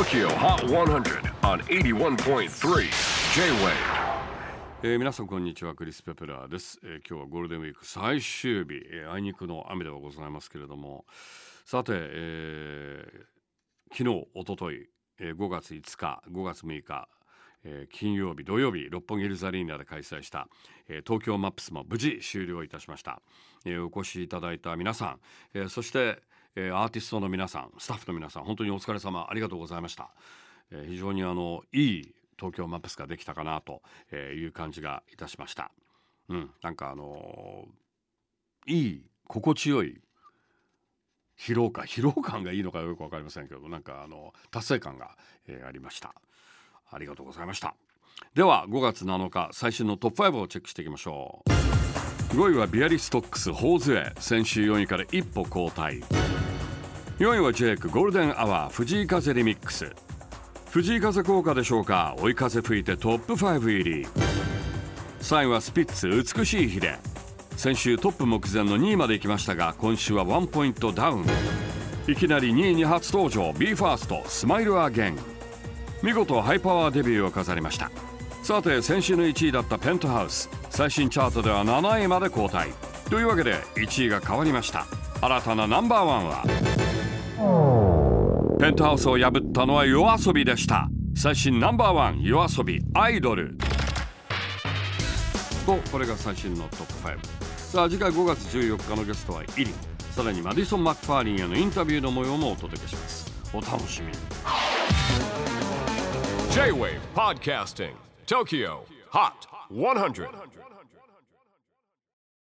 TOKYO HOT 100 on 81.3 J-WAVE、 皆さんこんにちは、クリス・ペプラーです。今日はゴールデンウィーク最終日、あいにくの雨ではございますけれども、さて、昨日おととい、5月5日5月6日、金曜日土曜日、六本木ヒルズアリーナで開催した、東京マップスも無事終了いたしました。お越しいただいた皆さん、そしてアーティストの皆さん、スタッフの皆さん、本当にお疲れ様、ありがとうございました。非常にいい東京マップスができたかなという感じがいたしました。なんかいい心地よい疲労感がいいのかよく分かりませんけど、なんか達成感が、ありました。ありがとうございました。では5月7日最新のトップ5をチェックしていきましょう。5位はビアリストックスホーズエ、先週4位から一歩後退。4位はジェイクゴールデンアワー藤井風リミックス。藤井風効果でしょうか、追い風吹いてトップ5入り。3位はスピッツ美しい日で、先週トップ目前の2位まで行きましたが、今週は1ポイントダウン。いきなり2位に初登場 BE:FIRST スマイルアゲン、見事ハイパワーデビューを飾りました。さて先週の1位だったペントハウス、最新チャートでは7位まで後退というわけで1位が変わりました。新たなナンバーワンはペントハウスを破ったのはYOASOBIでした。最新ナンバーワンYOASOBIアイドルと、これが最新のトップ5。さあ次回5月14日のゲストはイリン、さらにマディソン・マクファーリンへのインタビューの模様もお届けします。お楽しみに。 J-WAVE PODCASTING TOKYO HOT 100